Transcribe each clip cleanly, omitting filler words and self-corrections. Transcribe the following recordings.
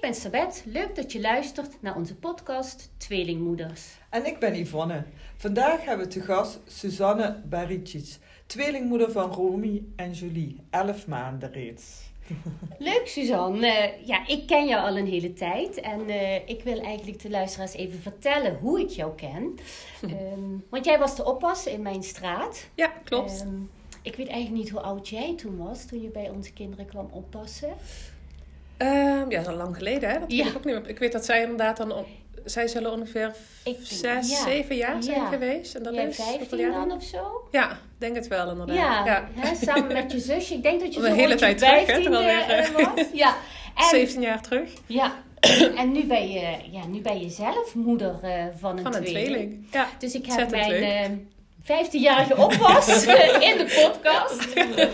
ben Sabet. Leuk dat je luistert naar onze podcast Tweelingmoeders. En ik ben Yvonne. Vandaag hebben we te gast Suzanne Baricic, tweelingmoeder van Romy en Julie, 11 maanden reeds. Leuk Suzanne. Ik ken jou al een hele tijd en ik wil eigenlijk de luisteraars even vertellen hoe ik jou ken. Want jij was de oppasser in mijn straat. Ja, klopt. Ik weet eigenlijk niet hoe oud jij toen was, toen je bij onze kinderen kwam oppassen. Dat is al lang geleden, hè? Dat weet ik ook niet meer. Ik weet dat zij inderdaad zij zullen ongeveer 7 jaar zijn geweest. En dat jij is 15 dan of zo? Ja, denk het wel inderdaad. Hè, samen met je zusje. Ik denk dat je een hele tijd terug, 15 was. Ja. En, 17 jaar terug. Ja. En nu ben je zelf moeder van een tweeling. Ja, dus ik heb mijn 15-jarige oppas in de podcast.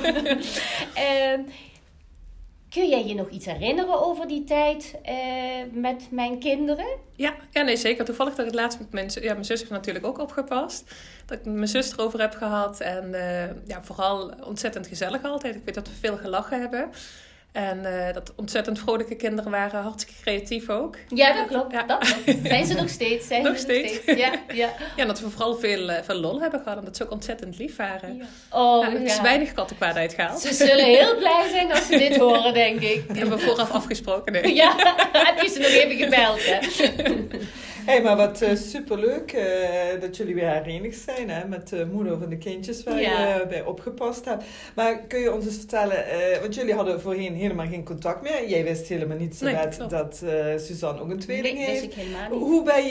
Kun jij je nog iets herinneren over die tijd met mijn kinderen? Ja, nee, zeker. Toevallig dat ik het laatst met mijn zus heeft natuurlijk ook opgepast. Dat ik mijn zus erover heb gehad. En vooral ontzettend gezellig altijd. Ik weet dat we veel gelachen hebben. En dat ontzettend vrolijke kinderen waren, hartstikke creatief ook. Ja, dat klopt. Ja. Dat klopt. Zijn ze nog steeds? Nog steeds. Ja. Ja, dat we vooral veel lol hebben gehad. En dat ze ook ontzettend lief waren. Ja. Er is weinig kattenkwaadheid gehaald. Ze zullen heel blij zijn als ze dit horen, denk ik. Die hebben we vooraf afgesproken. Nee. Ja, heb je ze nog even gebeld, hè? Hey, maar wat superleuk dat jullie weer herenigd zijn, hè, met de moeder van de kindjes waar je bij opgepast hebt. Maar kun je ons eens vertellen, want jullie hadden voorheen helemaal geen contact meer. Jij wist helemaal niet zo dat Suzanne ook een tweeling heeft. Nee, wist ik helemaal niet. Hoe ben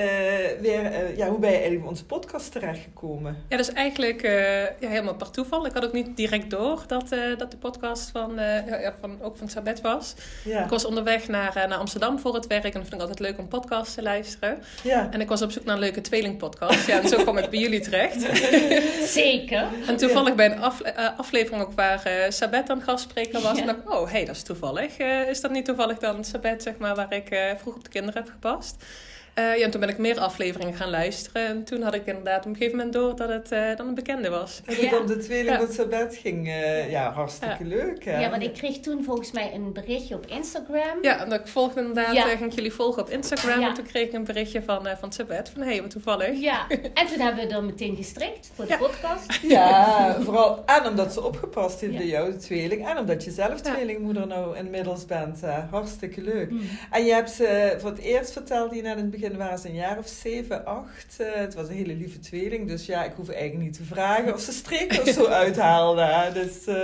je eigenlijk op onze podcast terechtgekomen? Ja, dat is eigenlijk helemaal per toeval. Ik had ook niet direct door dat de podcast van Sabet was. Ja. Ik was onderweg naar Amsterdam voor het werk en dat vind ik altijd leuk om podcasts te luisteren. Ja. En ik was op zoek naar een leuke tweelingpodcast. Ja, en zo kwam ik bij jullie terecht. Zeker. En toevallig bij een aflevering ook waar Sabet aan gastspreker was. En dacht ik, dat is toevallig. Is dat niet toevallig dan Sabet, zeg maar, waar ik vroeg op de kinderen heb gepast? En toen ben ik meer afleveringen gaan luisteren. En toen had ik inderdaad op een gegeven moment door dat het dan een bekende was. Dat het om de tweeling van Sabet ging. Hartstikke leuk. Hè? Ja, want ik kreeg toen volgens mij een berichtje op Instagram. Ja, en ik volgde inderdaad, ging ik jullie volgen op Instagram. Ja. En toen kreeg ik een berichtje van Sabet. Van, wat toevallig. Ja, en toen hebben we er meteen gestrikt voor de podcast. Ja, vooral. En omdat ze opgepast heeft bij jou, de tweeling. En omdat je zelf tweelingmoeder nou inmiddels bent. Hartstikke leuk. En je hebt ze voor het eerst verteld hier net in het begin. Waren ze een jaar of 7, 8. Het was een hele lieve tweeling. Dus ik hoef eigenlijk niet te vragen of ze streken of zo uithaalde. Dus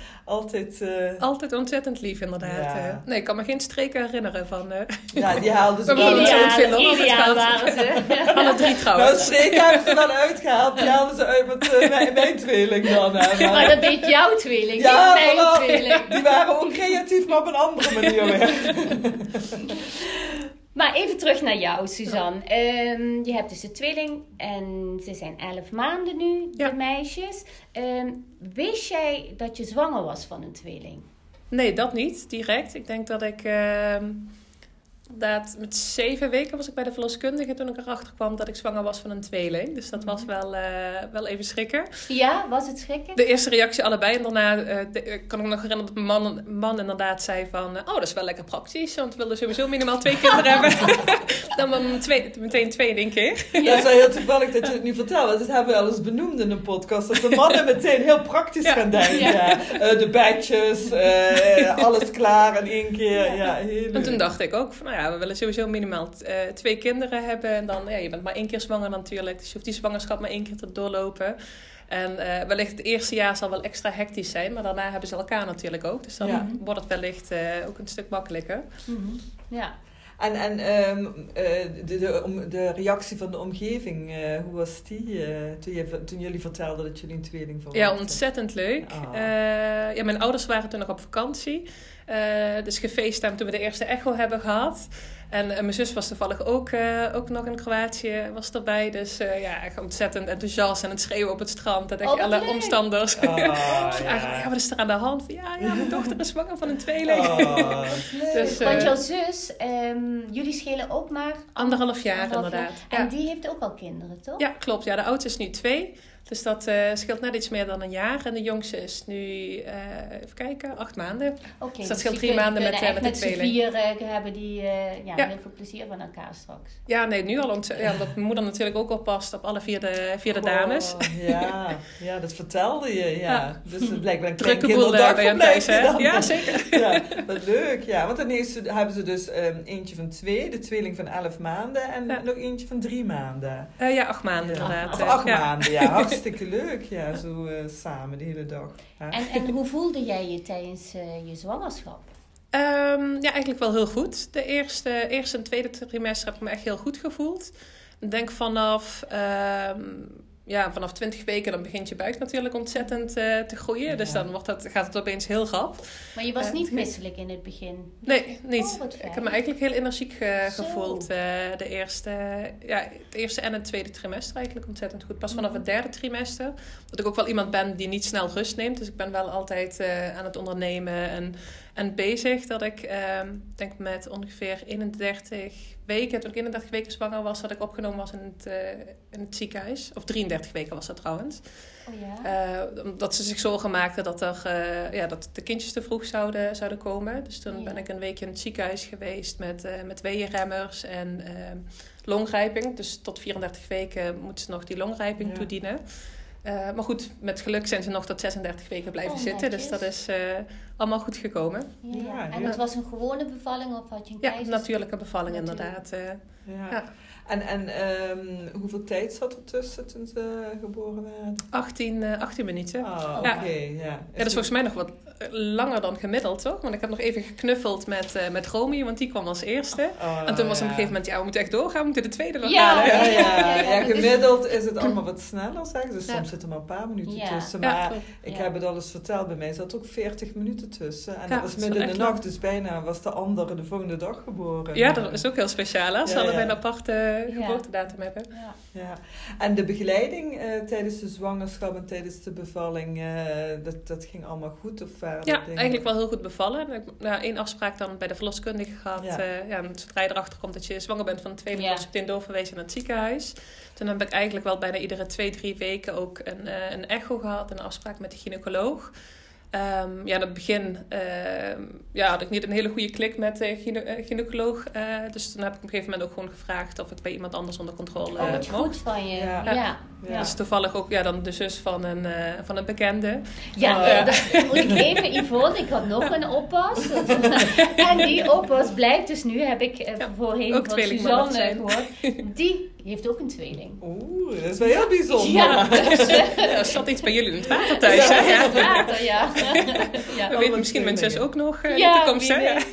altijd ontzettend lief, inderdaad. Ja. Nee, ik kan me geen streken herinneren van... Ja, die haalden ze wel ontzettend veel ideaal waren ze. Alle 3 trouwens. Nou, streken hebben ze wel uitgehaald. Die haalden ze uit met mijn tweeling dan. Maar dat deed jouw tweeling, niet mijn tweeling. Die waren ook creatief, maar op een andere manier weer. Maar even terug naar jou, Suzanne. Je hebt dus een tweeling en ze zijn 11 maanden nu, de meisjes. Wist jij dat je zwanger was van een tweeling? Nee, dat niet, direct. Ik denk dat ik... met 7 weken was ik bij de verloskundige toen ik erachter kwam dat ik zwanger was van een tweeling. Dus dat was wel even schrikken. Ja, was het schrikken? De eerste reactie allebei. En daarna kan ik me nog herinneren dat mijn man inderdaad zei van... dat is wel lekker praktisch, want we wilden sowieso minimaal 2 kinderen hebben. Dan meteen 2 in 1 keer. Ja, dat is wel heel toevallig dat je het nu vertelt. Want dat hebben we al eens benoemd in een podcast. Dat de mannen meteen heel praktisch gaan denken. Ja. De bedjes, alles klaar in 1 keer. Ja, heel leuk. En toen dacht ik ook van, we willen sowieso minimaal 2 kinderen hebben. En dan, je bent maar 1 keer zwanger natuurlijk. Dus je hoeft die zwangerschap maar 1 keer te doorlopen. En wellicht het eerste jaar zal wel extra hectisch zijn. Maar daarna hebben ze elkaar natuurlijk ook. Dus dan wordt het wellicht ook een stuk makkelijker. Mm-hmm. Ja. En de reactie van de omgeving, hoe was die toen jullie vertelden dat jullie een tweeling verwachtten? Ja, ontzettend leuk. Mijn ouders waren toen nog op vakantie. Dus gefacetimed toen we de eerste echo hebben gehad. En mijn zus was toevallig ook nog in Kroatië, was erbij. Dus echt ontzettend enthousiast en het schreeuwen op het strand. Dat echt alle omstanders vragen, wat is er aan de hand? Ja, mijn dochter is zwanger van een tweeling. Dus, want jouw zus, jullie schelen ook maar... 1,5 jaar inderdaad. En die heeft ook al kinderen, toch? Ja, klopt. Ja, de oudste is nu 2. Dus dat scheelt net iets meer dan een jaar. En de jongste is nu, even kijken, 8 maanden. Okay, dus dat scheelt 3 maanden met de tweeling. Met z'n 4 hebben die heel veel plezier van elkaar straks. Ja, nee, nu al. Omdat mijn moeder natuurlijk ook oppast op alle vier de dames. Ja, dat vertelde je. Ja. Dus het lijkt wel een drukke boel bij hen thuis, hè? Ja, zeker. Ja, wat leuk. Ja, want dan hebben ze dus eentje van 2, de tweeling van 11 maanden. En nog eentje van 3 maanden. 8 maanden inderdaad. Of 8 maanden, ja. Hartstikke leuk. Ja, zo samen de hele dag. Ja. En hoe voelde jij je tijdens je zwangerschap? Eigenlijk wel heel goed. De eerste en tweede trimester heb ik me echt heel goed gevoeld. Ik denk vanaf 20 weken dan begint je buik natuurlijk ontzettend te groeien. Ja. Dus dan gaat het opeens heel rap. Maar je was niet misselijk in het begin? Nee, niet. Ik heb me eigenlijk heel energiek gevoeld. Het eerste en het tweede trimester eigenlijk ontzettend goed. Pas vanaf het derde trimester. Dat ik ook wel iemand ben die niet snel rust neemt. Dus ik ben wel altijd aan het ondernemen en bezig. Dat ik denk met ongeveer 31 weken, toen ik 31 weken zwanger was, dat ik opgenomen was in het ziekenhuis. Of 33 weken was dat trouwens. Oh ja? Omdat ze zich zorgen maakten dat dat de kindjes te vroeg zouden komen. Dus toen ben ik een weekje in het ziekenhuis geweest met weeënremmers en longrijping. Dus tot 34 weken moeten ze nog die longrijping toedienen. Maar goed, met geluk zijn ze nog tot 36 weken blijven zitten. Dus dat is allemaal goed gekomen. Ja. En het was een gewone bevalling of had je een keizer? Ja, natuurlijke bevalling inderdaad. Ja. En hoeveel tijd zat er tussen toen ze geboren werden? 18 minuten. Oh, oké. Ja, dat is volgens mij nog wat langer dan gemiddeld, toch? Want ik heb nog even geknuffeld met Romy, want die kwam als eerste. En toen was op een gegeven moment, we moeten echt doorgaan, we moeten de tweede nog halen. Ja, gemiddeld is het allemaal wat sneller, zeg. Dus soms zitten er maar een paar minuten tussen. Maar ik heb het al eens verteld, bij mij zat ook 40 minuten tussen. En dat was midden in de nacht, dus bijna was de andere de volgende dag geboren. Ja, dat is ook heel speciaal, hè? Ze hadden bij een aparte geboortedatum hebben. Ja. En de begeleiding tijdens de zwangerschap en tijdens de bevalling, dat ging allemaal goed? Of eigenlijk wel heel goed bevallen. Ik heb 1 afspraak dan bij de verloskundige gehad. Zodra je erachter komt dat je zwanger bent van een tweeling, was ik meteen doorverwezen naar het ziekenhuis. Toen heb ik eigenlijk wel bijna iedere 2-3 weken ook een echo gehad, een afspraak met de gynaecoloog. In het begin had ik niet een hele goede klik met de gynaecoloog. Dus toen heb ik op een gegeven moment ook gewoon gevraagd of ik bij iemand anders onder controle mocht. Wat goed van je. Ja. Dat is toevallig ook dan de zus van een bekende. Ja, dat moet ik even, Yvonne. Ik had nog een oppas. En die oppas blijkt dus nu, heb ik voorheen van Suzanne gehoord. Die heeft ook een tweeling. Oeh, dat is wel heel bijzonder. Ja, er zat iets bij jullie in het water thuis. We weten misschien mijn zus ook nog in de toekomst.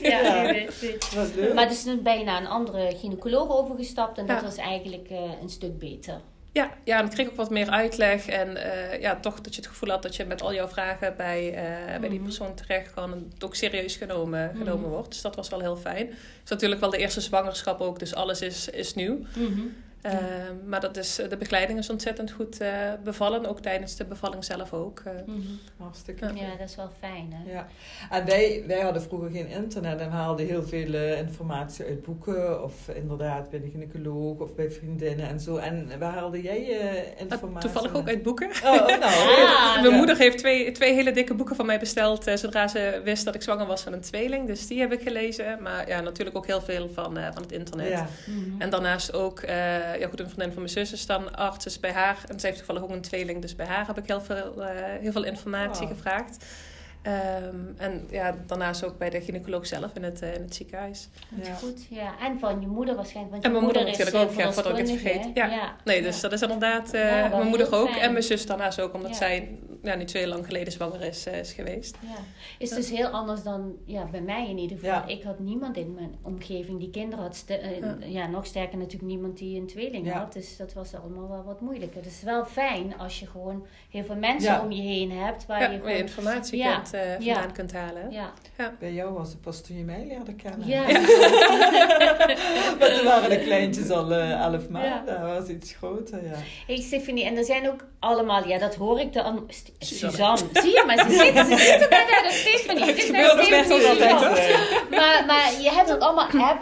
Maar dus ben je naar een andere gynaecoloog overgestapt. En dat was eigenlijk een stuk beter. Ja, en ik kreeg ook wat meer uitleg. En toch dat je het gevoel had dat je met al jouw vragen bij die persoon terecht kan. En het ook serieus genomen wordt. Dus dat was wel heel fijn. Het is natuurlijk wel de eerste zwangerschap ook. Dus alles is nieuw. Maar de begeleiding is ontzettend goed bevallen. Ook tijdens de bevalling zelf ook. Hartstikke. Ja, dat is wel fijn. Hè? Ja. En wij hadden vroeger geen internet en haalden heel veel informatie uit boeken. Of inderdaad bij de gynaecoloog of bij vriendinnen en zo. En waar haalde jij je informatie? Toevallig ook uit boeken. Mijn moeder heeft twee hele dikke boeken van mij besteld. Zodra ze wist dat ik zwanger was van een tweeling. Dus die heb ik gelezen. Maar natuurlijk ook heel veel van het internet. Ja. En daarnaast ook... een vriendin van mijn zus is dan arts, dus bij haar, en ze heeft toevallig ook een tweeling, dus bij haar heb ik heel veel informatie gevraagd. En daarnaast ook bij de gynaecoloog zelf in het ziekenhuis. Goed, ja. En van je moeder waarschijnlijk. Want en mijn moeder natuurlijk ook, voordat ik het vergeet. Nee, dus dat is inderdaad mijn moeder ook. Fijn. En mijn zus daarnaast ook, omdat zij niet zo heel lang geleden zwanger is geweest. Ja. Is dus heel anders dan bij mij in ieder geval. Ja. Ik had niemand in mijn omgeving die kinderen had. Nog sterker natuurlijk niemand die een tweeling had. Dus dat was allemaal wel wat moeilijker. Dus het is wel fijn als je gewoon heel veel mensen om je heen hebt. Waar je gewoon informatie vandaan kunt halen. Ja. Bij jou was het pas toen je mij leerde kennen. Ja. Maar toen waren de kleintjes al 11 maanden. Dat was iets groter, Hey Stephanie, en er zijn ook allemaal, dat hoor ik dan... Suzanne. Zie je, maar ze zitten bij de Stephanie. Het gebeurt nog best wel altijd. Maar je hebt ook allemaal apps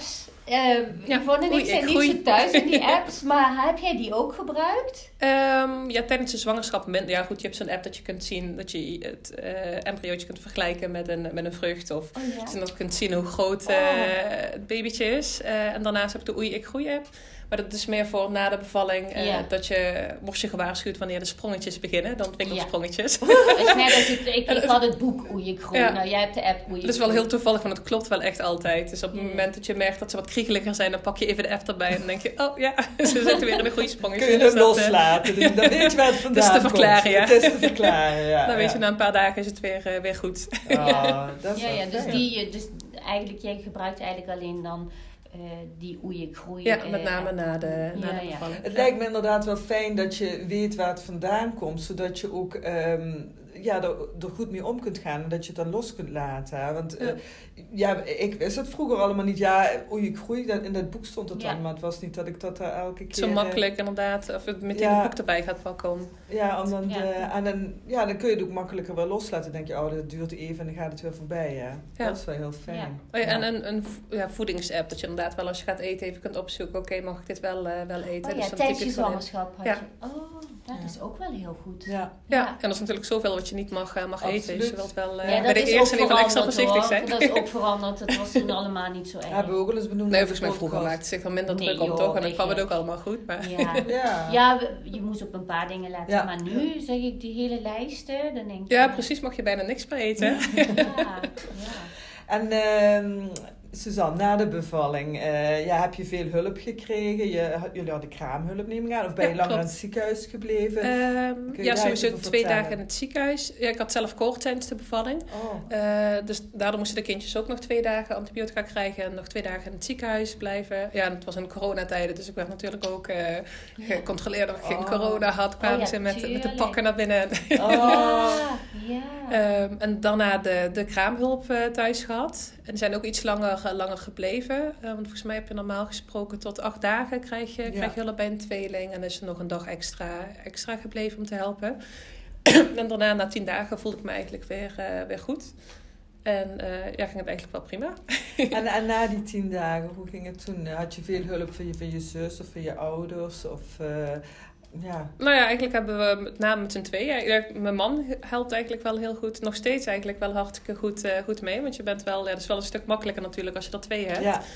Yvonne en ik zijn niet zo thuis in die apps, maar heb jij die ook gebruikt? Ja, tijdens de zwangerschap minder. Ja goed, je hebt zo'n app dat je kunt zien dat je het embryootje kunt vergelijken met een vrucht. Of dat je kunt zien hoe groot het babytje is. En daarnaast heb ik de Oei Ik Groei app. Maar dat is meer voor na de bevalling. Dat je, word je gewaarschuwd wanneer de sprongetjes beginnen. De ontwikkelsprongetjes. Ik had het boek Oei Ik Groei. Nou, jij hebt de app Oei Ik Groei. Dat is wel heel toevallig, want het klopt wel echt altijd. Dus op het moment dat je merkt dat ze wat kriegeliger zijn, dan pak je even de app erbij. En dan denk je, oh ja, ze zitten weer in een groeisprongetje. Kun je hem loslaten. Dan weet je waar het vandaan komt. Het is te verklaren, ja. Het is te verklaren, ja. Dan weet je, na een paar dagen is het weer goed. Dat is dus eigenlijk, jij gebruikt eigenlijk alleen dan die Oei Ik Groei. Ja, met name na de bevalling. Het lijkt me inderdaad wel fijn dat je weet waar het vandaan komt, zodat je ook er goed mee om kunt gaan en dat je het dan los kunt laten. Hè? Want ik wist het vroeger allemaal niet. Ja, Oei Ik Groei, in dat boek stond het dan, maar het was niet dat ik dat elke keer... Zo makkelijk inderdaad, of het meteen het boek erbij gaat pakken. Ja, dan kun je het ook makkelijker wel loslaten. Dan denk je, dat duurt even en dan gaat het weer voorbij. Ja. Dat is wel heel fijn. Ja. En een voedingsapp, dat je inderdaad wel als je gaat eten even kunt opzoeken, oké, mag ik dit wel eten? Dus tijdens je zwangerschap had je... dat is ook wel heel goed. Ja, en er is natuurlijk zoveel wat je niet mag eten. Dus je wilt wel bij de eerste in ieder geval extra voorzichtig zijn. Dat is ook veranderd. Dat was toen allemaal niet zo erg. Hebben we ook wel eens benoemd. Nee, volgens mij vroeger maakte zich er minder druk op, toch? En dan kwam het ook allemaal goed. Maar. Je moest op een paar dingen letten. Maar nu zeg ik die hele lijsten, dan denk je... Ja, precies. Mag je bijna niks meer eten. En... Suzanne, na de bevalling, heb je veel hulp gekregen? Jullie hadden kraamhulp, neem ik aan? Of ben je langer in het ziekenhuis gebleven? Sowieso 2 dagen in het ziekenhuis. Ja, ik had zelf koorts tijdens de bevalling. Dus daardoor moesten de kindjes ook nog 2 dagen antibiotica krijgen en nog 2 dagen in het ziekenhuis blijven. Ja, en het was in coronatijden, dus ik werd natuurlijk ook gecontroleerd of ik geen corona had. Kwamen ze met de pakken naar binnen. En daarna de kraamhulp thuis gehad. En zijn ook iets langer gebleven. Want volgens mij heb je normaal gesproken tot 8 dagen krijg je hulp bij een tweeling. En is er nog een dag extra gebleven om te helpen. En daarna, na 10 dagen, voelde ik me eigenlijk weer goed. En ging het eigenlijk wel prima. En na die 10 dagen, hoe ging het toen? Had je veel hulp van je zus of van je ouders? Of... Nou ja, eigenlijk hebben we met name met z'n tweeën. Mijn man helpt eigenlijk wel heel goed. Nog steeds eigenlijk wel hartstikke goed mee. Want je bent wel... dat is wel een stuk makkelijker natuurlijk als je er 2 hebt. Ja.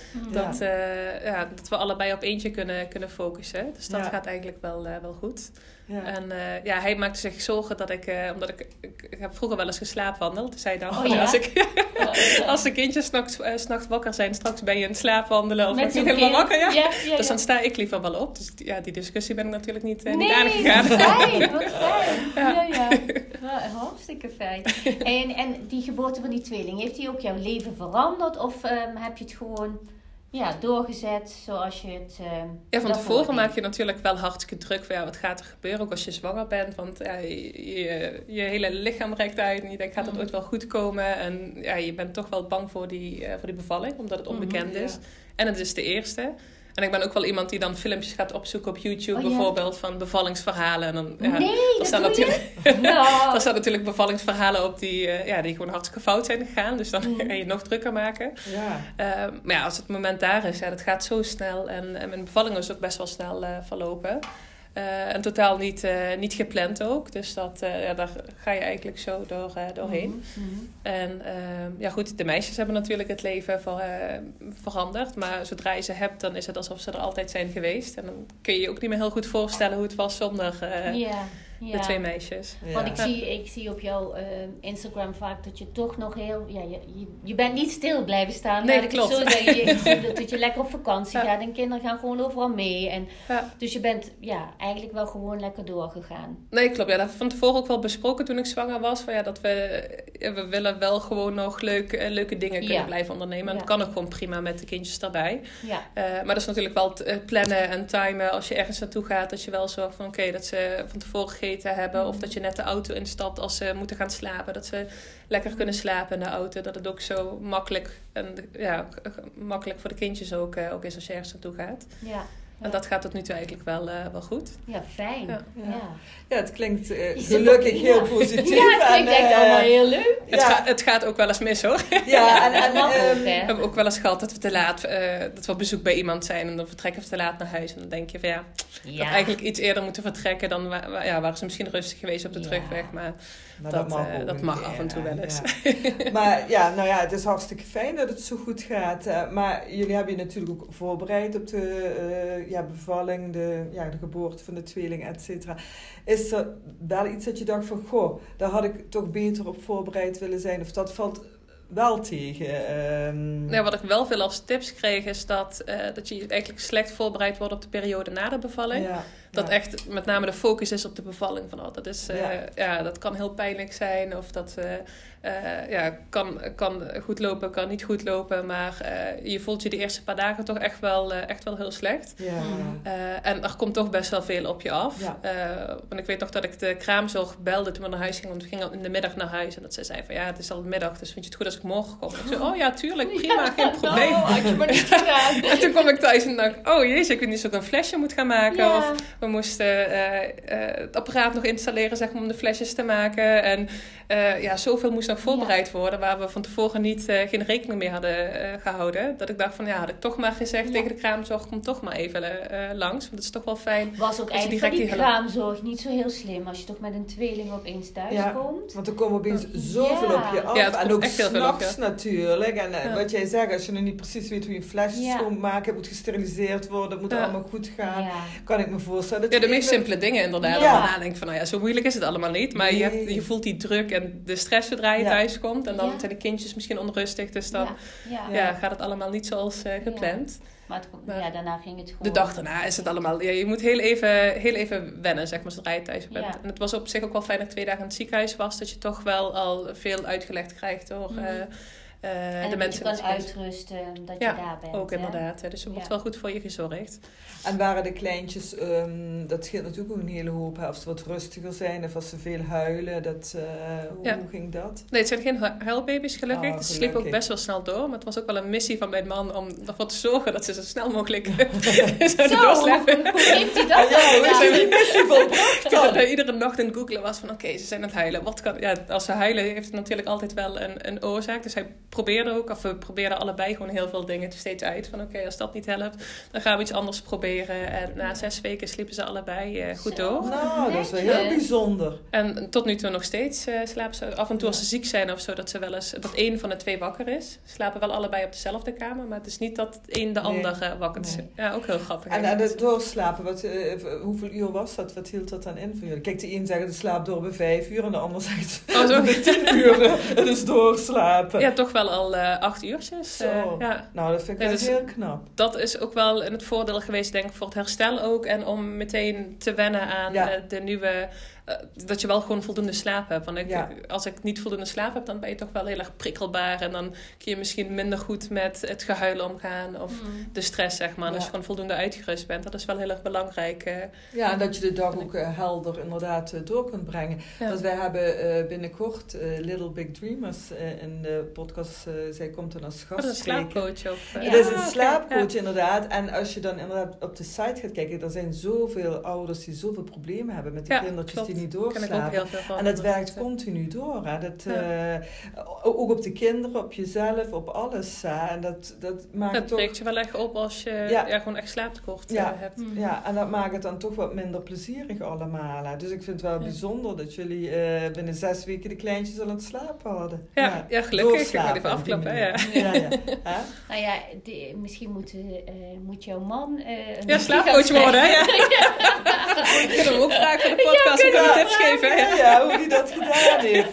Dat we allebei op eentje kunnen focussen. Dus dat gaat eigenlijk wel goed. Ja. En hij maakte zich zorgen dat ik... omdat ik heb vroeger wel eens geslaapwandeld. Dus hij dacht, als de kindjes 's nachts wakker zijn, straks ben je in slaap wandelen. Of ben je helemaal wakker. Ja. Dus dan sta ik liever wel op. Dus die discussie ben ik natuurlijk niet aangegaan. Fijn, wat fijn. Ja. Hartstikke fijn. En die geboorte van die tweeling, heeft die ook jouw leven veranderd? Of heb je het gewoon... doorgezet zoals je het... van tevoren maak je natuurlijk wel hartstikke druk van wat gaat er gebeuren, ook als je zwanger bent. Want je hele lichaam reikt uit en je denkt, gaat het ooit wel goed komen? En je bent toch wel bang voor die bevalling, omdat het onbekend is. En het is de eerste. En ik ben ook wel iemand die dan filmpjes gaat opzoeken op YouTube bijvoorbeeld van bevallingsverhalen. En dan, er staan natuurlijk bevallingsverhalen op die gewoon hartstikke fout zijn gegaan. Dus dan ga je het nog drukker maken. Ja. Maar als het moment daar is, dat gaat zo snel. En mijn bevalling is ook best wel snel verlopen. En totaal niet gepland ook. Dus daar ga je eigenlijk zo doorheen. Mm-hmm. En de meisjes hebben natuurlijk het leven veranderd. Maar zodra je ze hebt, dan is het alsof ze er altijd zijn geweest. En dan kun je je ook niet meer heel goed voorstellen hoe het was zonder de 2 meisjes. Ja. Want ik zie op jouw Instagram vaak dat je toch nog heel... je bent niet stil blijven staan. Nee, dat klopt. Dat je lekker op vakantie gaat en kinderen gaan gewoon overal mee. En, dus je bent eigenlijk wel gewoon lekker doorgegaan. Nee, klopt. Ja, dat van tevoren ook wel besproken toen ik zwanger was. Van, dat we willen wel gewoon nog leuke dingen kunnen blijven ondernemen. En dat kan ook gewoon prima met de kindjes erbij. Ja. Maar dat is natuurlijk wel plannen en timen. Als je ergens naartoe gaat, dat je wel zorgt van dat ze van tevoren gegeten hebben. Of dat je net de auto instapt als ze moeten gaan slapen. Dat ze lekker kunnen slapen in de auto. Dat het ook zo makkelijk voor de kindjes ook is als je ergens naartoe gaat. Ja. En dat gaat tot nu toe eigenlijk wel goed. Ja, fijn. Ja, het klinkt gelukkig heel positief. Ja, het klinkt echt allemaal heel leuk. Het gaat ook wel eens mis hoor. Ja, we hebben ook wel eens gehad dat we te laat, dat we op bezoek bij iemand zijn en dan vertrekken we te laat naar huis. En dan denk je van dat eigenlijk iets eerder moeten vertrekken, dan waren ze misschien rustig geweest op de terugweg. Maar dat mag af en toe wel eens. Ja. Maar het is hartstikke fijn dat het zo goed gaat. Maar jullie hebben je natuurlijk ook voorbereid op de bevalling, de geboorte van de tweeling, et cetera. Is er wel iets dat je dacht van, goh, daar had ik toch beter op voorbereid willen zijn? Of dat valt wel tegen? Wat ik wel veel als tips kreeg is dat je eigenlijk slecht voorbereid wordt op de periode na de bevalling. Dat echt met name de focus is op de bevalling. Dat kan heel pijnlijk zijn of dat kan goed lopen, kan niet goed lopen. Maar je voelt je de eerste paar dagen toch echt wel heel slecht. En er komt toch best wel veel op je af. Want ik weet nog dat ik de kraamzorg belde toen we naar huis gingen. Want we gingen in de middag naar huis. En dat zij zei van het is al middag, dus vind je het goed als ik morgen kom? Ik zei, tuurlijk, prima, geen probleem. Had je maar niet gedaan. En toen kwam ik thuis en dacht, jezus, ik weet niet of ik een flesje moet gaan maken. Ja. Of we moesten het apparaat nog installeren, zeg maar, om de flesjes te maken. En zoveel moest nog voorbereid worden, waar we van tevoren geen rekening mee hadden gehouden. Dat ik dacht van, had ik toch maar gezegd tegen de kraamzorg, kom toch maar even langs. Want het is toch wel fijn. Was ook eigenlijk voor die kraamzorg niet zo heel slim, als je toch met een tweeling opeens thuis komt. Want er komen opeens zoveel op je af. Ja, en ook 's nachts natuurlijk. En wat jij zegt, als je nu niet precies weet hoe je een flesje schoonmaakt, het moet gesteriliseerd worden, het moet allemaal goed gaan. Kan ik me voorstellen. Dat de meest simpele dingen inderdaad. Ja. En dan denk ik van, zo moeilijk is het allemaal niet. Maar je voelt die druk en de stress zodra je thuis komt. En dan zijn de kindjes misschien onrustig. Dus dan gaat het allemaal niet zoals gepland. Maar daarna ging het gewoon. De dag daarna is het allemaal. Je moet heel even wennen, zeg maar, zodra je thuis bent. En het was op zich ook wel fijn dat ik 2 dagen in het ziekenhuis was. Dat je toch wel al veel uitgelegd krijgt door en de mensen. Dat je kan uitrusten dat je daar bent. Ook inderdaad. Dus er wordt wel goed voor je gezorgd. En waren de kleintjes, dat scheelt natuurlijk ook een hele hoop. Of ze wat rustiger zijn of als ze veel huilen. Hoe ging dat? Nee, het zijn geen huilbaby's gelukkig. Ze sliepen ook best wel snel door. Maar het was ook wel een missie van mijn man om ervoor te zorgen dat ze zo snel mogelijk zouden doorslapen. Hoe heeft hij dat dan? Hoe is die missie volbracht dan? Dat iedere nacht in het googlen was van ze zijn aan het huilen. Als ze huilen heeft het natuurlijk altijd wel een oorzaak. Dus hij probeerde ook, of we probeerden allebei gewoon heel veel dingen steeds uit. Van als dat niet helpt, dan gaan we iets anders proberen. En na 6 weken sliepen ze allebei goed door. Nou, dat is wel heel bijzonder. En tot nu toe nog steeds slapen ze. Af en toe als ze ziek zijn of zo, dat één van de 2 wakker is. Slapen wel allebei op dezelfde kamer, maar het is niet dat één de ander wakker is. Ja, ook heel grappig. En het doorslapen, hoeveel uur was dat? Wat hield dat dan in voor jullie? Kijk, de een zegt de slaap door bij 5 uur en de ander zegt 10 uur. Het is doorslapen. Ja, toch wel al 8 uurtjes. Nou, dat vind ik dus heel knap. Dat is ook wel het voordeel geweest, denk ik, voor het herstel ook. En om meteen te wennen aan de nieuwe... dat je wel gewoon voldoende slaap hebt. Want als ik niet voldoende slaap heb, dan ben je toch wel heel erg prikkelbaar. En dan kun je misschien minder goed met het gehuil omgaan. Of de stress, zeg maar. Als je gewoon voldoende uitgerust bent. Dat is wel heel erg belangrijk. En dat je de dag ook helder inderdaad door kunt brengen. Want wij hebben binnenkort Little Big Dreamers in de podcast. Zij komt dan als gast. Dat is een slaapcoach. Dat is een slaapcoach inderdaad. En als je dan inderdaad op de site gaat kijken. Er zijn zoveel ouders die zoveel problemen hebben met die kindertjes die niet doorslapen. En dat werkt continu door. Hè. Ook op de kinderen, op jezelf, op alles. En dat maakt dat breekt je wel echt op als je gewoon echt slaaptekort hebt. Ja, en dat maakt het dan toch wat minder plezierig allemaal. Hè. Dus ik vind het wel bijzonder dat jullie binnen 6 weken de kleintjes al aan het slapen hadden. Ja, gelukkig. Ik ga even afklappen. Nou ja, misschien moet jouw man slaapcoach worden. Ik kan hem ook vragen voor de podcast. Ik kan hem tips geven. Ja, hoe die dat gedaan heeft.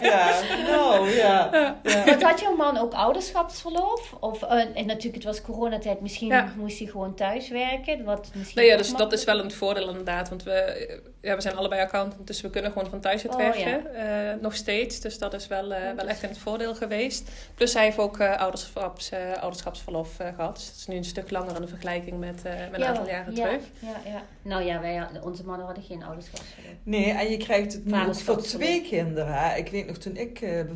Want had jouw man ook ouderschapsverlof? En natuurlijk, het was coronatijd. Misschien moest hij gewoon thuis werken. Dus dat is wel een voordeel inderdaad. Want we zijn allebei accountant. Dus we kunnen gewoon van thuis uit werken. Nog steeds. Dus dat is wel echt een voordeel geweest. Plus hij heeft ook ouderschapsverlof gehad. Dus dat is nu een stuk langer in de vergelijking met een aantal jaren terug. Nou ja, onze mannen hadden geen ouderschapsverlof. Nee, en je krijgt het nu ook voor 2 kinderen. Hè? Ik weet nog, toen ik bevallen was,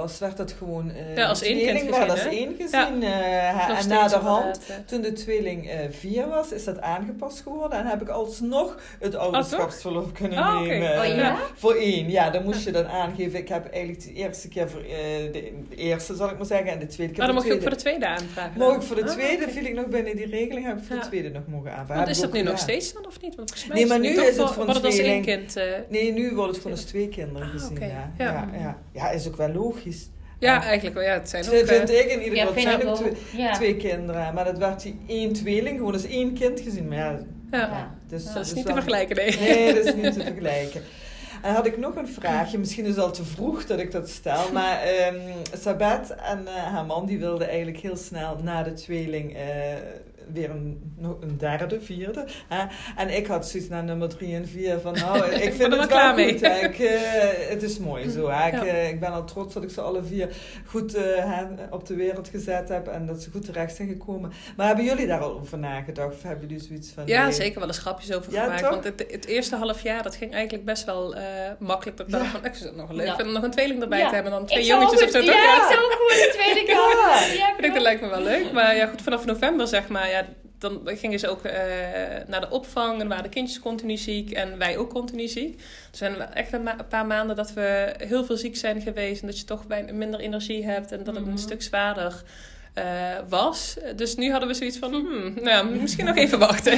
eerst werd dat gewoon als één kind gezien. Als één gezien. En naderhand, toen de tweeling 4 was, is dat aangepast geworden. En heb ik alsnog het ouderschapsverlof kunnen nemen. Voor 1. Ja, dan moest je dan aangeven. Ik heb eigenlijk de eerste keer voor de eerste, zal ik maar zeggen. En de tweede keer dan mocht je ook voor de tweede aanvragen. Mocht ik voor de tweede, viel ik nog binnen die regeling, heb ik voor de tweede nog mogen aanvragen. Want is dat nu nog steeds dan of niet? Want volgens mij nee, maar nu is het voor een tweeling. Nee, nu wordt het gewoon als 2 kinderen gezien. Ja, is ook wel logisch. Ja, eigenlijk wel. Ja, het zijn ook... Vind ik in ieder geval. Het zijn ook 2 kinderen. Maar dat werd die 1 tweeling gewoon als 1 kind gezien. Maar dus dat is niet te vergelijken, nee. Nee, dat is niet te vergelijken. En had ik nog een vraagje, misschien is het al te vroeg dat ik dat stel, maar Sabet en haar man die wilden eigenlijk heel snel na de tweeling weer een derde, vierde. Hè? En ik had zoiets naar nummer 3 en 4 van nou, ik vind het wel goed. Het is mooi zo. Hè? Ik ben al trots dat ik ze alle 4 goed op de wereld gezet heb en dat ze goed terecht zijn gekomen. Maar hebben jullie daar al over nagedacht? Of hebben jullie zoiets van... Ja, zeker wel eens grapjes over gemaakt. Toch? Want het eerste half jaar, dat ging eigenlijk best wel makkelijk. Dat ik dacht van, ik vind het nog leuk. En nog een tweeling erbij te hebben. En dan 2 jongetjes of zo. Ik zou ook gewoon een tweede keer. Dat lijkt me wel leuk. Maar ja, goed, vanaf november zeg maar, dan gingen ze ook naar de opvang en waren de kindjes continu ziek en wij ook continu ziek. Dus er zijn echt een paar maanden dat we heel veel ziek zijn geweest en dat je toch minder energie hebt en dat het een stuk zwaarder was. Dus nu hadden we zoiets van, misschien nog even wachten.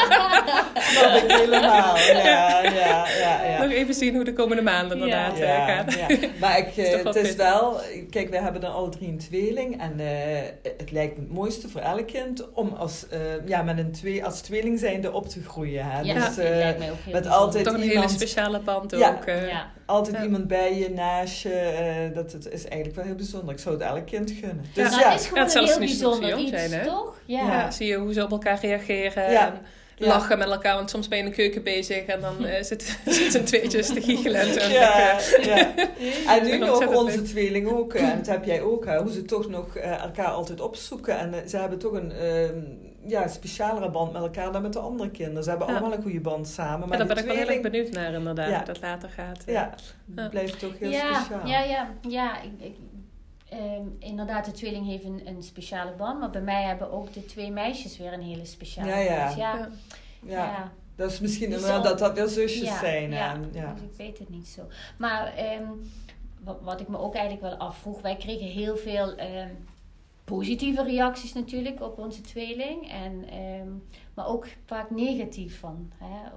Dat ik helemaal, ja. Nog even zien hoe de komende maanden inderdaad gaat. Ja. Maar het is wel, kijk, wij hebben dan alle 3 een tweeling en het lijkt me het mooiste voor elk kind om als tweeling zijnde op te groeien. Hè? Ja, dus, lijkt mij ook heel met altijd toch een hele speciale band ook. Altijd iemand bij je, naast je. Dat is eigenlijk wel heel bijzonder. Ik zou het elk kind gunnen. Dus het is gewoon een heel bijzonder iets, zijn, toch? Ja, zie je hoe ze op elkaar reageren. Ja. En lachen met elkaar, want soms ben je in de keuken bezig en dan zitten 2'tjes te giechelen en zo. En nu nog onze tweeling ook, en dat heb jij ook, hoe ze toch nog elkaar altijd opzoeken. En ze hebben toch een specialere band met elkaar dan met de andere kinderen. Ze hebben allemaal een goede band samen. Maar daar ben ik wel heel erg benieuwd naar inderdaad, hoe dat later gaat. Het blijft toch heel speciaal. Inderdaad, de tweeling heeft een speciale band, maar bij mij hebben ook de 2 meisjes weer een hele speciale band. Ja. Dat is misschien inderdaad dat weer zusjes zijn. Dus ik weet het niet zo. Maar wat ik me ook eigenlijk wel afvroeg, wij kregen heel veel positieve reacties natuurlijk op onze tweeling. Maar ook vaak negatief van.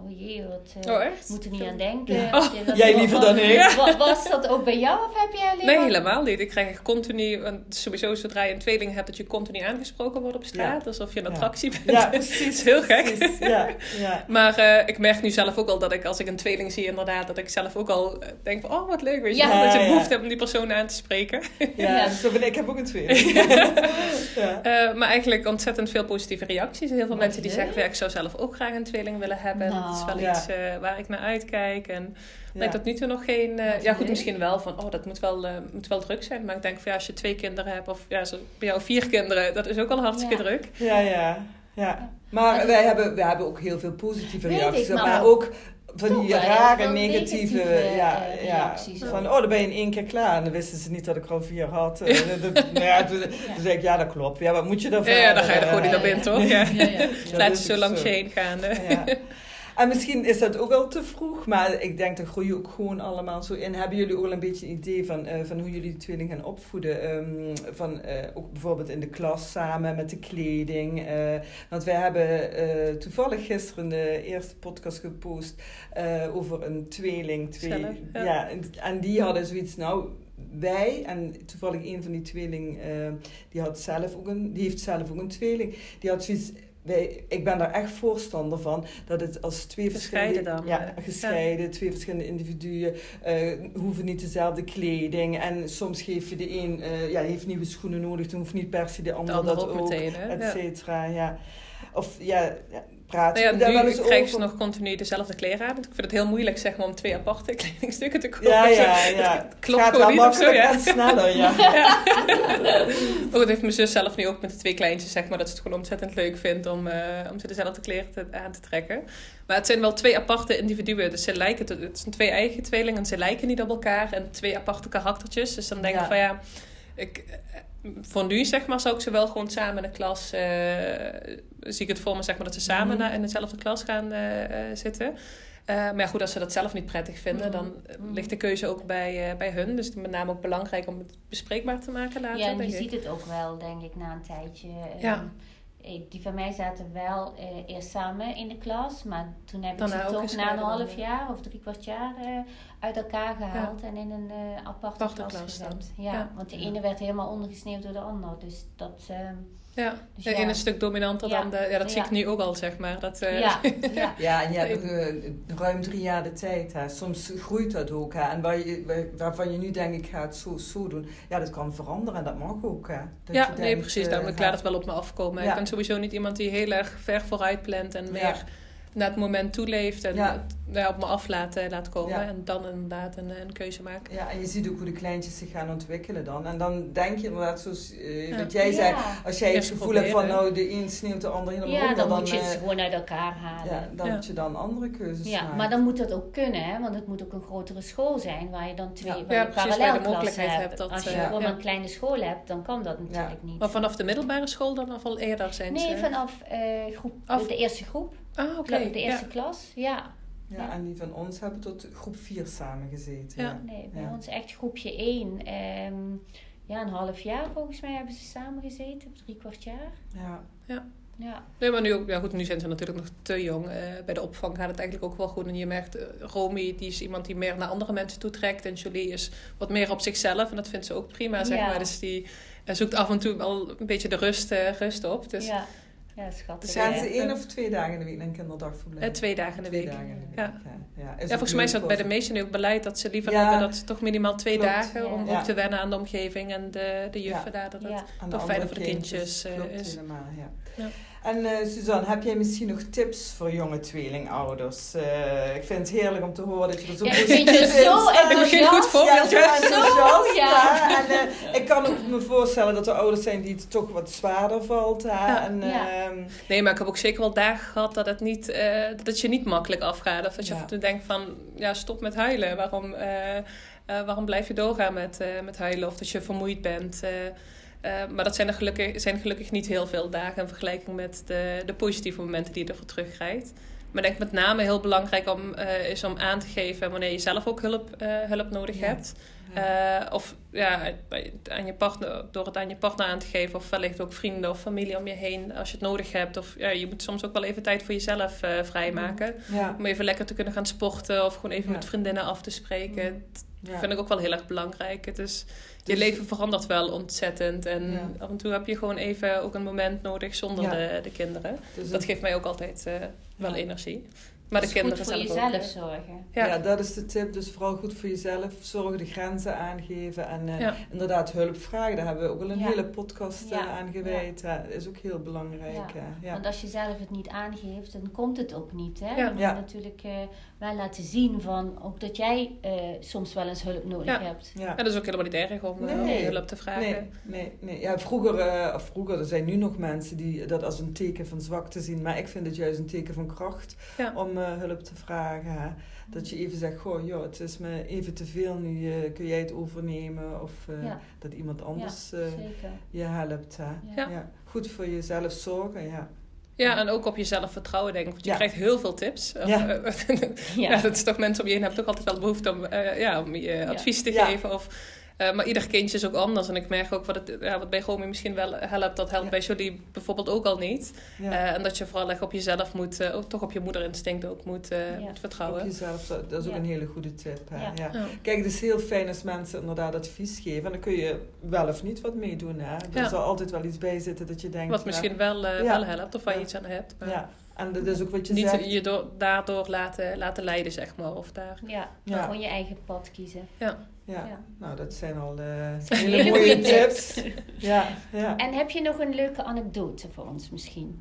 Moet er niet aan denken. Jij liever dan ik. Was dat ook bij jou of heb jij alleen Nee, helemaal niet. Ik krijg continu, sowieso zodra je een tweeling hebt, dat je continu aangesproken wordt op straat. Alsof je een attractie bent. Ja, precies. Dat is heel gek. Ja. Maar ik merk nu zelf ook al dat als ik een tweeling zie inderdaad, dat ik zelf ook al denk van, wat leuk. Weet je, dat je behoefte hebt om die persoon aan te spreken. Zo ben ik heb ook een tweeling. Maar eigenlijk ontzettend veel positieve reacties. Heel veel mensen die zeggen, ik zou zelf ook graag een tweeling willen hebben. Dat is wel iets waar ik naar uitkijk. En ik denk tot nu toe nog geen... goed, misschien wel van, dat moet wel druk zijn. Maar ik denk van, als je 2 kinderen hebt, of bij jou 4 kinderen, dat is ook al hartstikke druk. Ja. Maar wij hebben ook heel veel positieve reacties. Maar ook van die rare negatieve reacties. Van, dan ben je in 1 keer klaar. En dan wisten ze niet dat ik er al 4 had. Toen zei ik, dat klopt. Ja, wat moet je daarvan? Ja, dan ga je er gewoon niet naar binnen, toch? Laat je zo langs je heen gaan. En misschien is dat ook al te vroeg, maar ik denk, daar groei je ook gewoon allemaal zo in. Hebben jullie ook al een beetje een idee van hoe jullie de tweeling gaan opvoeden? Ook bijvoorbeeld in de klas samen met de kleding. Want wij hebben toevallig gisteren de eerste podcast gepost over een tweeling. En die hadden zoiets, wij, en toevallig een van die tweeling, die heeft zelf ook een tweeling. Die had zoiets... Ik ben daar echt voorstander van dat het als 2 verschillende... Gescheiden, 2 verschillende individuen hoeven niet dezelfde kleding. En soms geef je de een, heeft nieuwe schoenen nodig, dan hoeft niet per se de ander dat ook, meteen, et cetera. Of praten nou ja, daar wel nu eens krijgen ze over? nog continu dezelfde kleren aan. Ik vind het heel moeilijk, zeg maar, om 2 aparte kledingstukken te kopen. Ja. Klopt gaat gewoon wel niet of zo. makkelijker en sneller, ja. Maar goed, heeft mijn zus zelf nu ook met de 2 kleintjes, zeg maar, dat ze het gewoon ontzettend leuk vindt om ze dezelfde kleren aan te trekken. Maar het zijn wel 2 aparte individuen. Dus het zijn 2 eigen tweelingen en ze lijken niet op elkaar. En 2 aparte karaktertjes. Dus dan denk ik van voor nu, zeg maar, zou ik ze wel gewoon samen in de klas... zie ik het voor me, zeg maar, dat ze samen in dezelfde klas gaan zitten. Maar ja, goed, als ze dat zelf niet prettig vinden, dan ligt de keuze ook bij hun. Dus het is met name ook belangrijk om het bespreekbaar te maken later. Ja, en je ziet het ook wel, denk ik, na een tijdje. Die van mij zaten wel eerst samen in de klas, maar toen heb ik ze toch na een half jaar of 3/4 jaar uit elkaar gehaald en in een aparte klas gezet. Ja, want de ene werd helemaal ondergesneeuwd door de ander. Dus dat... Dus de ene stuk dominanter dan de... Ja, dat zie ik nu ook al, zeg maar. Dat, Ja, en je hebt ruim 3 jaar de tijd. Hè. Soms groeit dat ook. Hè. En waarvan je nu denkt, ik ga het zo doen. Ja, dat kan veranderen en dat mag ook. Hè. Dat precies. Ik laat het wel op me afkomen. Ik ben sowieso niet iemand die heel erg ver vooruit plant en meer naar het moment toeleeft en het op me af laat komen en dan inderdaad een keuze maken. Ja, en je ziet ook hoe de kleintjes zich gaan ontwikkelen dan. En dan denk je inderdaad, zoals wat jij zei, als jij het gevoel hebt van nou de een sneeuwt de ander helemaal onder. Dan moet je ze gewoon uit elkaar halen. Ja, dan moet je dan andere keuzes maken. Maar dan moet dat ook kunnen, hè? Want het moet ook een grotere school zijn waar je dan 2 parallelklassen hebt. Als je gewoon een kleine school hebt, dan kan dat natuurlijk niet. Maar vanaf de middelbare school dan of al eerder zijn ze? Nee, vanaf de eerste groep. Ah, oké. De eerste klas, Ja, en die van ons hebben tot groep 4 samen gezeten. Ja. Nee, bij ons echt groepje 1. Een half jaar volgens mij hebben ze samen gezeten, of 3/4 jaar. Ja. Nee, maar nu zijn ze natuurlijk nog te jong. Bij de opvang gaat het eigenlijk ook wel goed. En je merkt, Romy, die is iemand die meer naar andere mensen toe trekt. En Jolie is wat meer op zichzelf. En dat vindt ze ook prima, zeg maar. Dus die zoekt af en toe wel een beetje de rust op. Dus... Ja, schattig. Dus gaan ze 1 of 2 dagen in de week naar een kinderdagverblijf? 2 dagen in de week. Ja, volgens mij is dat bij de meesten nu ook beleid dat ze liever hebben dat ze toch minimaal 2 dagen om ook te wennen aan de omgeving en de juffen daar. Dat het toch fijner voor de kindjes is. Helemaal, En Suzanne, heb jij misschien nog tips voor jonge tweelingouders? Ik vind het heerlijk om te horen dat je er zo positief vind je zo enthousiast? Geen goed voorbeeld. En ik kan ook me voorstellen dat er ouders zijn die het toch wat zwaarder valt. Nee, maar ik heb ook zeker wel dagen gehad dat het je niet makkelijk afgaat. Of dat je af en toe denkt van, stop met huilen. Waarom blijf je doorgaan met huilen? Of dat je vermoeid bent. Maar dat zijn gelukkig niet heel veel dagen in vergelijking met de positieve momenten die je ervoor terugkrijgt. Maar ik denk met name heel belangrijk is om aan te geven wanneer je zelf ook hulp nodig hebt. Aan je partner, door het aan je partner aan te geven. Of wellicht ook vrienden of familie om je heen als je het nodig hebt. Of je moet soms ook wel even tijd voor jezelf vrijmaken. Om even lekker te kunnen gaan sporten. Of gewoon even met vriendinnen af te spreken. Dat vind ik ook wel heel erg belangrijk. Het is... Je leven verandert wel ontzettend. En af en toe heb je gewoon even ook een moment nodig zonder de kinderen. Dus dat geeft mij ook altijd wel energie. Maar de kinderen zelf ook. Goed voor jezelf zorgen. Ja, dat is de tip. Dus vooral goed voor jezelf zorgen, de grenzen aangeven. En inderdaad hulp vragen. Daar hebben we ook al een hele podcast aan gewijd. Dat is ook heel belangrijk. Want als je zelf het niet aangeeft, dan komt het ook niet. Hè? Dan moet je natuurlijk wel laten zien van ook dat jij soms wel eens hulp nodig hebt. Ja. En dat is ook helemaal niet erg om hulp te vragen. Nee. Ja, vroeger, er zijn nu nog mensen die dat als een teken van zwakte zien. Maar ik vind het juist een teken van kracht om hulp te vragen. Hè. Dat je even zegt, het is me even te veel nu, kun jij het overnemen? Of dat iemand anders je helpt. Hè. Ja. Goed voor jezelf zorgen, Ja, en ook op jezelf vertrouwen, denk ik. Want je krijgt heel veel tips. Dat is toch mensen om je heen hebben toch altijd wel behoefte om je advies te geven. Maar ieder kindje is ook anders. En ik merk ook wat bij Romy misschien wel helpt. Dat helpt bij Jolie bijvoorbeeld ook al niet. En dat je vooral echt op jezelf moet... ook toch op je moederinstinct ook moet vertrouwen. Op jezelf, dat is ook een hele goede tip. Hè? Ja. Kijk, het is heel fijn als mensen inderdaad advies geven. En dan kun je wel of niet wat meedoen. Hè? Er zal altijd wel iets bij zitten dat je denkt... Wat misschien wel helpt of waar je iets aan hebt. Maar... Ja. En dat is ook wat je niet zegt. Niet je daardoor laten leiden, zeg maar. Of daar. Gewoon je eigen pad kiezen. Ja, nou dat zijn al hele mooie tips. Ja. En heb je nog een leuke anekdote voor ons misschien?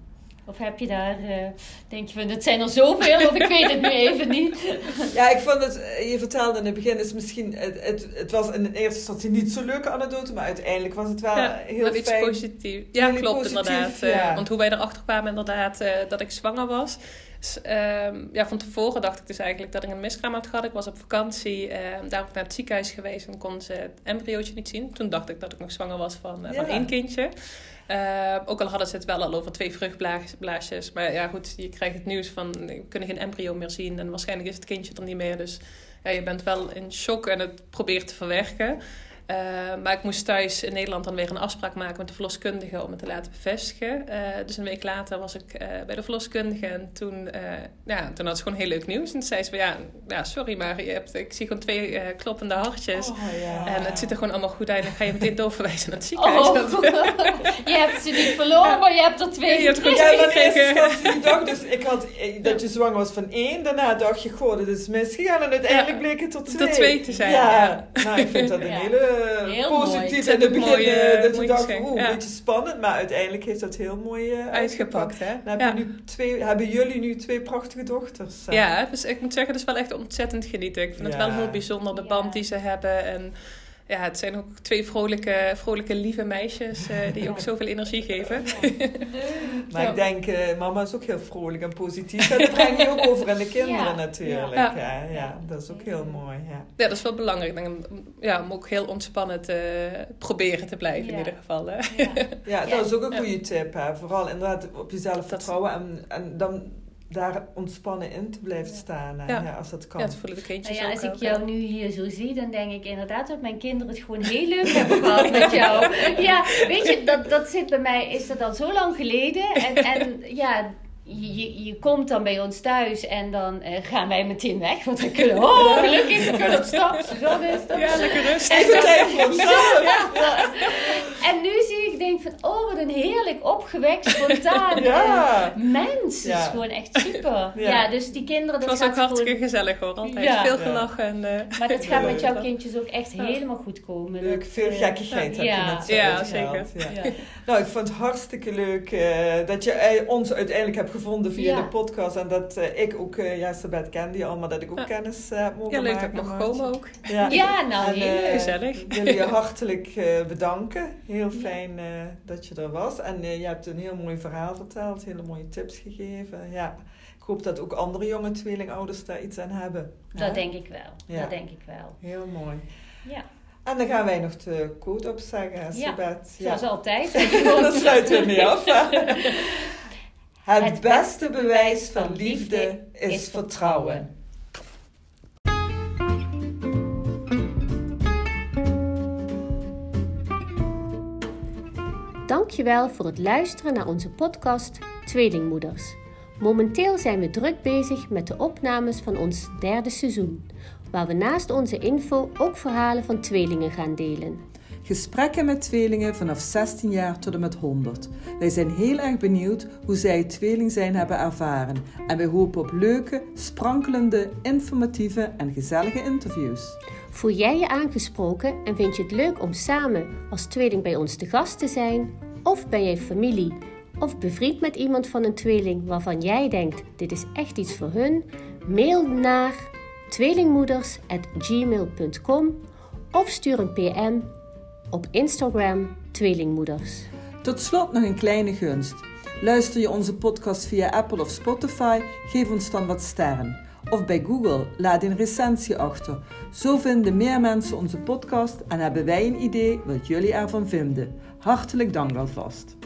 Of heb je daar, denk je van, het zijn er zoveel, of ik weet het nu even niet. Ja, ik vond het, je vertelde in het begin, is misschien, het was in eerste instantie niet zo'n leuke anekdote, maar uiteindelijk was het wel heel fijn. Iets positiefs. Ja, klopt positief, inderdaad. Ja. Want hoe wij erachter kwamen inderdaad dat ik zwanger was. Dus, van tevoren dacht ik dus eigenlijk dat ik een miskraam had gehad. Ik was op vakantie, daarop naar het ziekenhuis geweest en kon ze het embryootje niet zien. Toen dacht ik dat ik nog zwanger was van 1 kindje. Ook al hadden ze het wel al over 2 vruchtblaasjes. Maar ja goed, je krijgt het nieuws van we kunnen geen embryo meer zien. En waarschijnlijk is het kindje er niet meer. Dus ja, je bent wel in shock en het probeert te verwerken. Maar ik moest thuis in Nederland dan weer een afspraak maken met de verloskundige om het te laten bevestigen. Dus een week later was ik bij de verloskundige en toen had ze gewoon heel leuk nieuws. En toen zei ze van sorry, maar ik zie gewoon 2 kloppende hartjes. En het ziet er gewoon allemaal goed uit. Dan ga je meteen doorverwijzen naar het ziekenhuis. Je hebt ze niet verloren, maar je hebt er 2 gekregen. Ja, dus ik had dat je zwanger was van 1. Daarna dacht je, goh, dat is misgegaan. En uiteindelijk bleek het tot 2. Tot 2 te zijn. Ja. Nou, ik vind dat een hele positief. In het begin dat je dacht, een beetje spannend. Maar uiteindelijk heeft dat heel mooi uitgepakt. Hè? Dan hebben jullie nu 2 prachtige dochters. Ja, dus ik moet zeggen, het is wel echt ontzettend genieten. Ik vind het wel heel bijzonder, de band die ze hebben. En ja, het zijn ook 2 vrolijke lieve meisjes die ook zoveel energie geven. Maar ik denk, mama is ook heel vrolijk en positief. En dat breng je ook over aan de kinderen natuurlijk. Ja, dat is ook heel mooi. Ja, dat is wel belangrijk. Om ook heel ontspannen te proberen te blijven in ieder geval. Hè? Ja, dat is ook een goede tip. Hè. Vooral inderdaad op jezelf vertrouwen en dan daar ontspannen in te blijven staan. Als dat kan. Ja, het voelen de kindjes als ik jou nu hier zo zie, dan denk ik inderdaad dat mijn kinderen het gewoon heel leuk hebben gehad met jou. Ja, weet je, dat zit bij mij, is dat al zo lang geleden. En ja, je komt dan bij ons thuis en dan gaan wij meteen weg. Want we kunnen, gelukkig, we kunnen op stap. Suzanne is dat. Ja, lekker rustig. Even tijd voor onszelf. En nu zie ik, denk van, wat een heerlijk opgewekt, spontaan mens. Dat is gewoon echt super. Ja, dus die kinderen... Het was ook hartstikke gezellig hoor, altijd. Veel gelachen. Maar dat gaat met jouw kindjes ook echt helemaal goed komen. Leuk, veel gekkigheid heb je met ze. Ja, zeker. Ja. Nou, ik vond het hartstikke leuk dat je ons uiteindelijk hebt gevonden via de podcast. En dat ik ook, Sabet kende je al, maar dat ik ook kennis heb mogen maken. Ja, leuk dat ik mag komen ook. Heel gezellig. Ik wil je hartelijk bedanken. Heel fijn dat je er was. En je hebt een heel mooi verhaal verteld. Hele mooie tips gegeven. Ja. Ik hoop dat ook andere jonge tweelingouders daar iets aan hebben. Dat denk ik wel. Dat denk ik wel. Heel mooi. Ja. En dan gaan wij nog de code opzeggen, Sabet. Zoals altijd. Dan sluiten we niet af. Het beste bewijs van liefde is vertrouwen. Dankjewel voor het luisteren naar onze podcast Tweelingmoeders. Momenteel zijn we druk bezig met de opnames van ons 3e seizoen, waar we naast onze info ook verhalen van tweelingen gaan delen. Gesprekken met tweelingen vanaf 16 jaar tot en met 100. Wij zijn heel erg benieuwd hoe zij het tweeling zijn hebben ervaren. En wij hopen op leuke, sprankelende, informatieve en gezellige interviews. Voel jij je aangesproken en vind je het leuk om samen als tweeling bij ons te gast te zijn? Of ben jij familie of bevriend met iemand van een tweeling waarvan jij denkt dit is echt iets voor hun? Mail naar tweelingmoeders@gmail.com of stuur een PM op Instagram Tweelingmoeders. Tot slot nog een kleine gunst. Luister je onze podcast via Apple of Spotify, geef ons dan wat sterren. Of bij Google, laat een recensie achter. Zo vinden meer mensen onze podcast en hebben wij een idee wat jullie ervan vinden. Hartelijk dank alvast.